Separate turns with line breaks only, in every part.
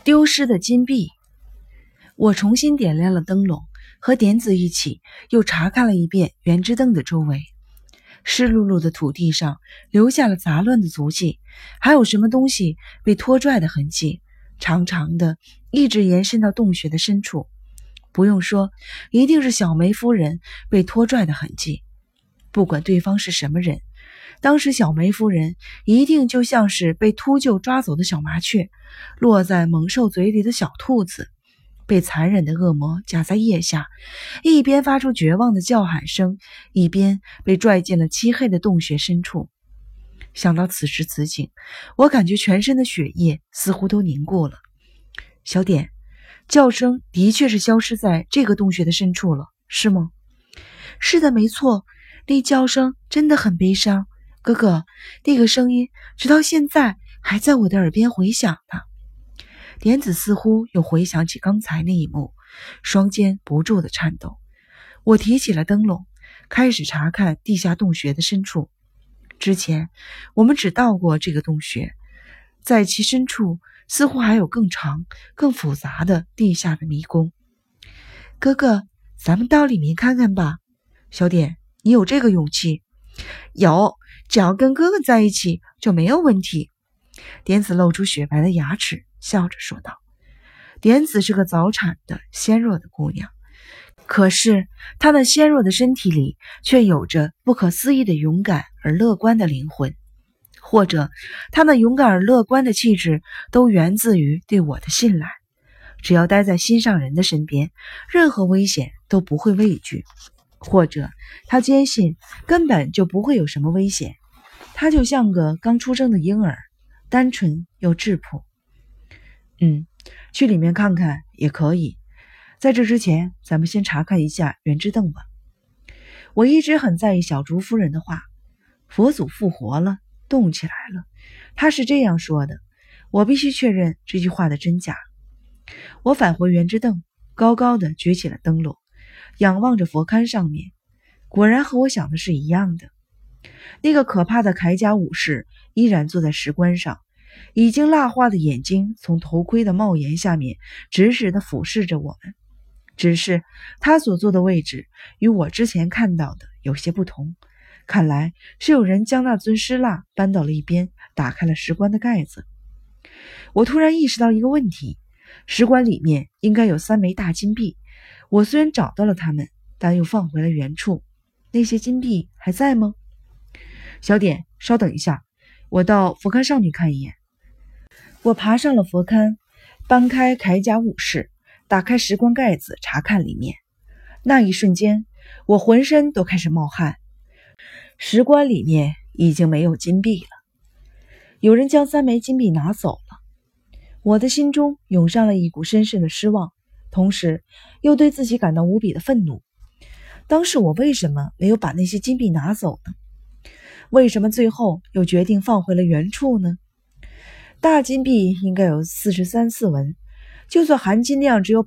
丢失的金币。我重新点亮了灯笼，和点子一起又查看了一遍圆之灯的周围。湿漉漉的土地上留下了杂乱的足迹，还有什么东西被拖拽的痕迹，长长的一直延伸到洞穴的深处。不用说，一定是小梅夫人被拖拽的痕迹。不管对方是什么人，当时小梅夫人一定就像是被秃鹫抓走的小麻雀，落在猛兽嘴里的小兔子，被残忍的恶魔夹在腋下，一边发出绝望的叫喊声，一边被拽进了漆黑的洞穴深处。想到此时此景，我感觉全身的血液似乎都凝固了。小点，叫声的确是消失在这个洞穴的深处了，是吗？是的，没错，那叫声真的很悲伤。哥哥，那个声音直到现在还在我的耳边回响呢。点子似乎又回想起刚才那一幕，双肩不住的颤抖。我提起了灯笼，开始查看地下洞穴的深处。之前我们只到过这个洞穴，在其深处似乎还有更长、更复杂的地下的迷宫。哥哥，咱们到里面看看吧。小点，你有这个勇气？有，只要跟哥哥在一起就没有问题。点子露出雪白的牙齿，笑着说道。点子是个早产的纤弱的姑娘，可是她那纤弱的身体里却有着不可思议的勇敢而乐观的灵魂，或者她那勇敢而乐观的气质都源自于对我的信赖。只要待在心上人的身边，任何危险都不会畏惧，或者她坚信根本就不会有什么危险。她就像个刚出生的婴儿，单纯又质朴。去里面看看也可以。在这之前，咱们先查看一下圆之灯吧。我一直很在意小竹夫人的话，佛祖复活了，动起来了，她是这样说的，我必须确认这句话的真假。我返回圆之灯，高高的举起了灯笼，仰望着佛龛上面，果然和我想的是一样的。那个可怕的铠甲武士依然坐在石棺上，已经蜡化的眼睛从头盔的帽檐下面直直地俯视着我们，只是他所坐的位置与我之前看到的有些不同，看来是有人将那尊尸蜡搬到了一边，打开了石棺的盖子。我突然意识到一个问题，石棺里面应该有3枚大金币，我虽然找到了它们，但又放回了原处，那些金币还在吗？小点，稍等一下，我到佛龛上面看一眼。我爬上了佛龛，搬开铠甲武士，打开石棺盖子，查看里面。那一瞬间，我浑身都开始冒汗。石棺里面已经没有金币了，有人将3枚金币拿走了。我的心中涌上了一股深深的失望，同时又对自己感到无比的愤怒。当时我为什么没有把那些金币拿走呢？为什么最后又决定放回了原处呢？大金币应该有43四文，就算含金量只有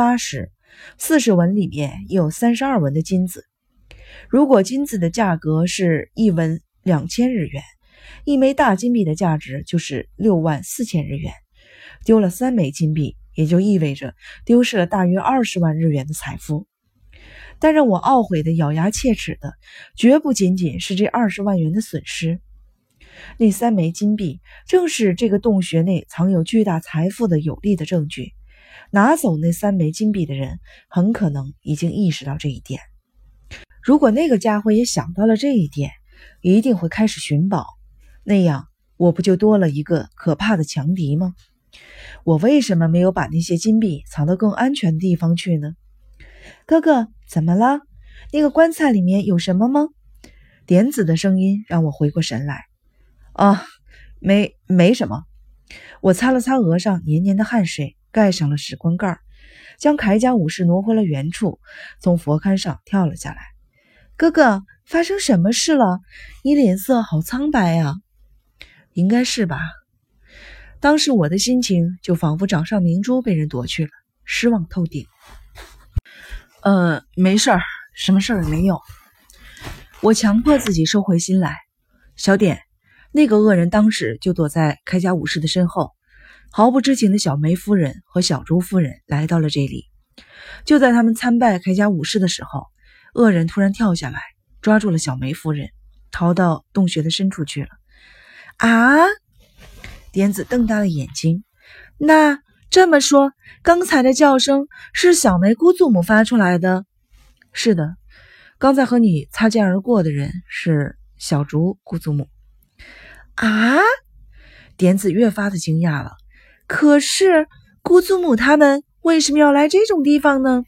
80%，40文里面也有32文的金子。如果金子的价格是1文2000日元，一枚大金币的价值就是64000日元。丢了3枚金币，也就意味着丢失了大约20万日元的财富。但让我懊悔的咬牙切齿的，绝不仅仅是这20万元的损失。那3枚金币正是这个洞穴内藏有巨大财富的有力的证据。拿走那3枚金币的人很可能已经意识到这一点。如果那个家伙也想到了这一点，一定会开始寻宝，那样我不就多了一个可怕的强敌吗？我为什么没有把那些金币藏到更安全的地方去呢？哥哥，怎么了？那个棺材里面有什么吗？点子的声音让我回过神来。没什么。我擦了擦额上黏黏的汗水，盖上了石棺盖，将铠甲武士挪回了原处，从佛龛上跳了下来。哥哥，发生什么事了？你脸色好苍白啊。应该是吧。当时我的心情就仿佛掌上明珠被人夺去了，失望透顶。没事儿，什么事儿也没有。我强迫自己收回心来。小点，那个恶人当时就躲在铠甲武士的身后， 毫不知情的小梅夫人和小竹夫人来到了这里。就在他们参拜铠甲武士的时候，恶人突然跳下来，抓住了小梅夫人，逃到洞穴的深处去了。啊！点子瞪大了眼睛。那这么说，刚才的叫声是小梅姑祖母发出来的？是的，刚才和你擦肩而过的人是小竹姑祖母。啊！点子越发的惊讶了。可是姑祖母他们为什么要来这种地方呢？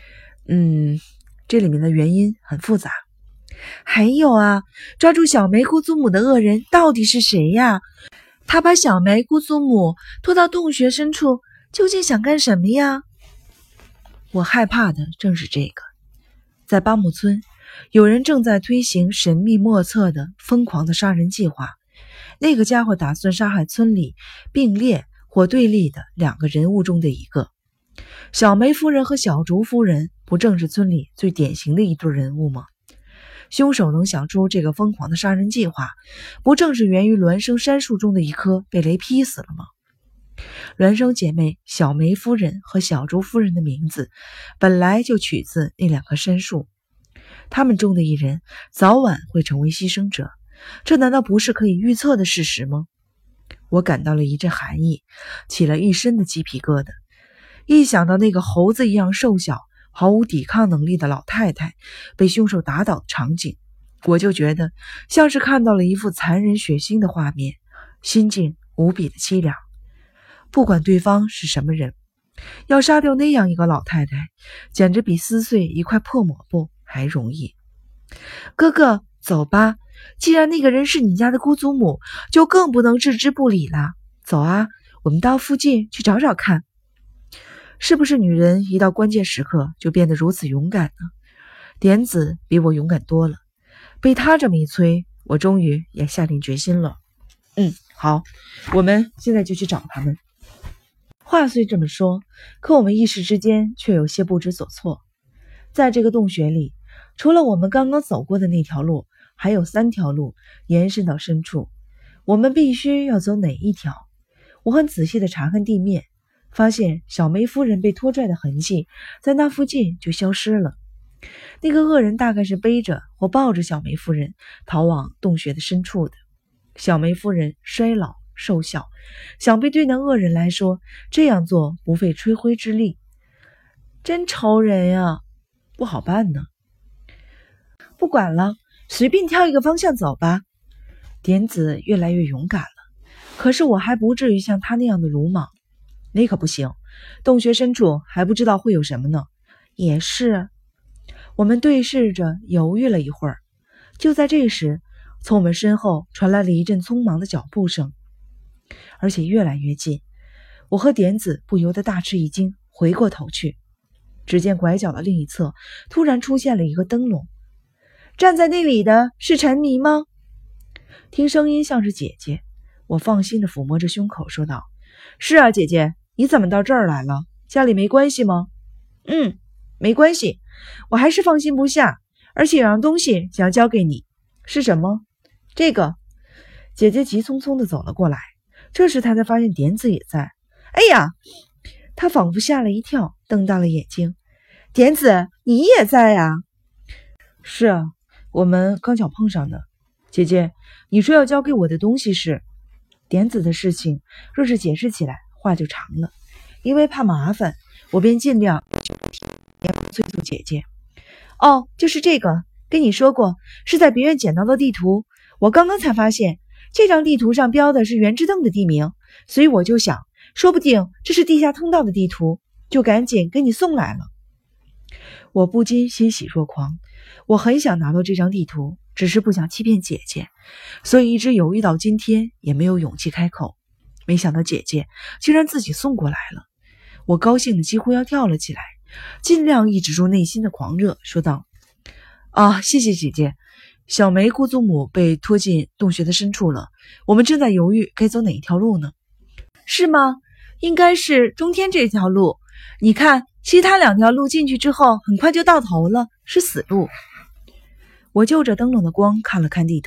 这里面的原因很复杂。还有啊，抓住小梅姑祖母的恶人到底是谁呀？他把小梅姑祖母拖到洞穴深处，究竟想干什么呀？我害怕的正是这个。在巴木村，有人正在推行神秘莫测的疯狂的杀人计划。那个家伙打算杀害村里并列或对立的两个人物中的一个。小梅夫人和小竹夫人不正是村里最典型的一对人物吗？凶手能想出这个疯狂的杀人计划，不正是源于孪生杉树中的一棵被雷劈死了吗？孪生姐妹小梅夫人和小竹夫人的名字本来就取自那两棵杉树，他们中的一人早晚会成为牺牲者，这难道不是可以预测的事实吗？我感到了一阵寒意，起了一身的鸡皮疙瘩。一想到那个猴子一样瘦小、毫无抵抗能力的老太太被凶手打倒的场景，我就觉得像是看到了一幅残忍血腥的画面，心境无比的凄凉。不管对方是什么人，要杀掉那样一个老太太，简直比撕碎一块破抹布还容易。哥哥，走吧，既然那个人是你家的姑祖母，就更不能置之不理了。走啊，我们到附近去找找看。是不是女人一到关键时刻就变得如此勇敢呢？点子比我勇敢多了，被他这么一催，我终于也下定决心了。好，我们现在就去找他们。话虽这么说，可我们一时之间却有些不知所措。在这个洞穴里，除了我们刚刚走过的那条路，还有3条路延伸到深处。我们必须要走哪一条？我很仔细地查看地面，发现小梅夫人被拖拽的痕迹在那附近就消失了。那个恶人大概是背着或抱着小梅夫人逃往洞穴的深处的。小梅夫人衰老瘦小，想必对那恶人来说，这样做不费吹灰之力。真愁人呀，不好办呢。不管了，随便挑一个方向走吧。点子越来越勇敢了，可是我还不至于像他那样的鲁莽。那可不行，洞穴深处还不知道会有什么呢。也是。我们对视着犹豫了一会儿，就在这时，从我们身后传来了一阵匆忙的脚步声，而且越来越近。我和点子不由得大吃一惊，回过头去，只见拐角的另一侧突然出现了一个灯笼。站在那里的是陈迷吗？听声音像是姐姐，我放心地抚摸着胸口说道：是啊，姐姐，你怎么到这儿来了？家里没关系吗？没关系，我还是放心不下，而且有样东西想要交给你。是什么？这个。姐姐急匆匆地走了过来，这时她才发现点子也在。哎呀！她仿佛吓了一跳，瞪大了眼睛。点子，你也在啊？是啊，我们刚巧碰上的。姐姐，你说要交给我的东西是……点子的事情若是解释起来话就长了，因为怕麻烦，我便尽量催促姐姐。哦，就是这个，跟你说过，是在别院捡到的地图，我刚刚才发现这张地图上标的是原之洞的地名，所以我就想，说不定这是地下通道的地图，就赶紧给你送来了。我不禁欣喜若狂，我很想拿到这张地图，只是不想欺骗姐姐，所以一直犹豫到今天也没有勇气开口。没想到姐姐竟然自己送过来了，我高兴的几乎要跳了起来，尽量抑制住内心的狂热，说道：谢谢姐姐，小梅姑祖母被拖进洞穴的深处了，我们正在犹豫该走哪一条路呢？是吗？应该是中间这条路，你看其他2条路进去之后很快就到头了，是死路。我就着灯笼的光看了看地图，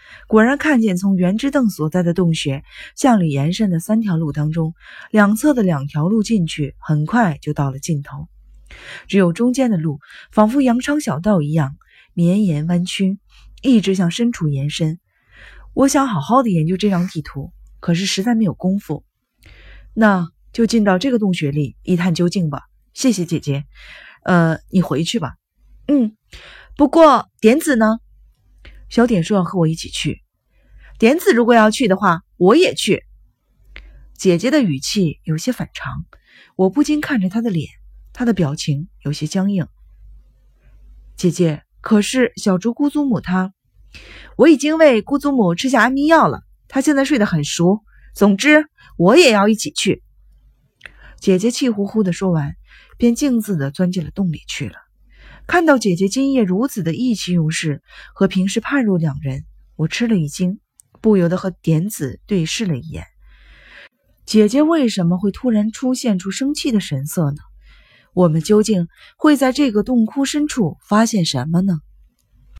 果然看见从袁之洞所在的洞穴向里延伸的3条路当中，两侧的2条路进去，很快就到了尽头。只有中间的路仿佛羊肠小道一样绵延弯曲，一直向深处延伸。我想好好的研究这张地图，可是实在没有功夫。那就进到这个洞穴里一探究竟吧。谢谢姐姐。你回去吧。不过点子呢？小点说要和我一起去。点子如果要去的话，我也去。姐姐的语气有些反常，我不禁看着她的脸，她的表情有些僵硬。姐姐，可是小竹姑祖母她……我已经为姑祖母吃下安眠药了，她现在睡得很熟。总之，我也要一起去。姐姐气呼呼地说完，便径自地钻进了洞里去了。看到姐姐今夜如此的意气用事，和平时判若两人，我吃了一惊，不由得和点子对视了一眼。姐姐为什么会突然出现出生气的神色呢？我们究竟会在这个洞窟深处发现什么呢？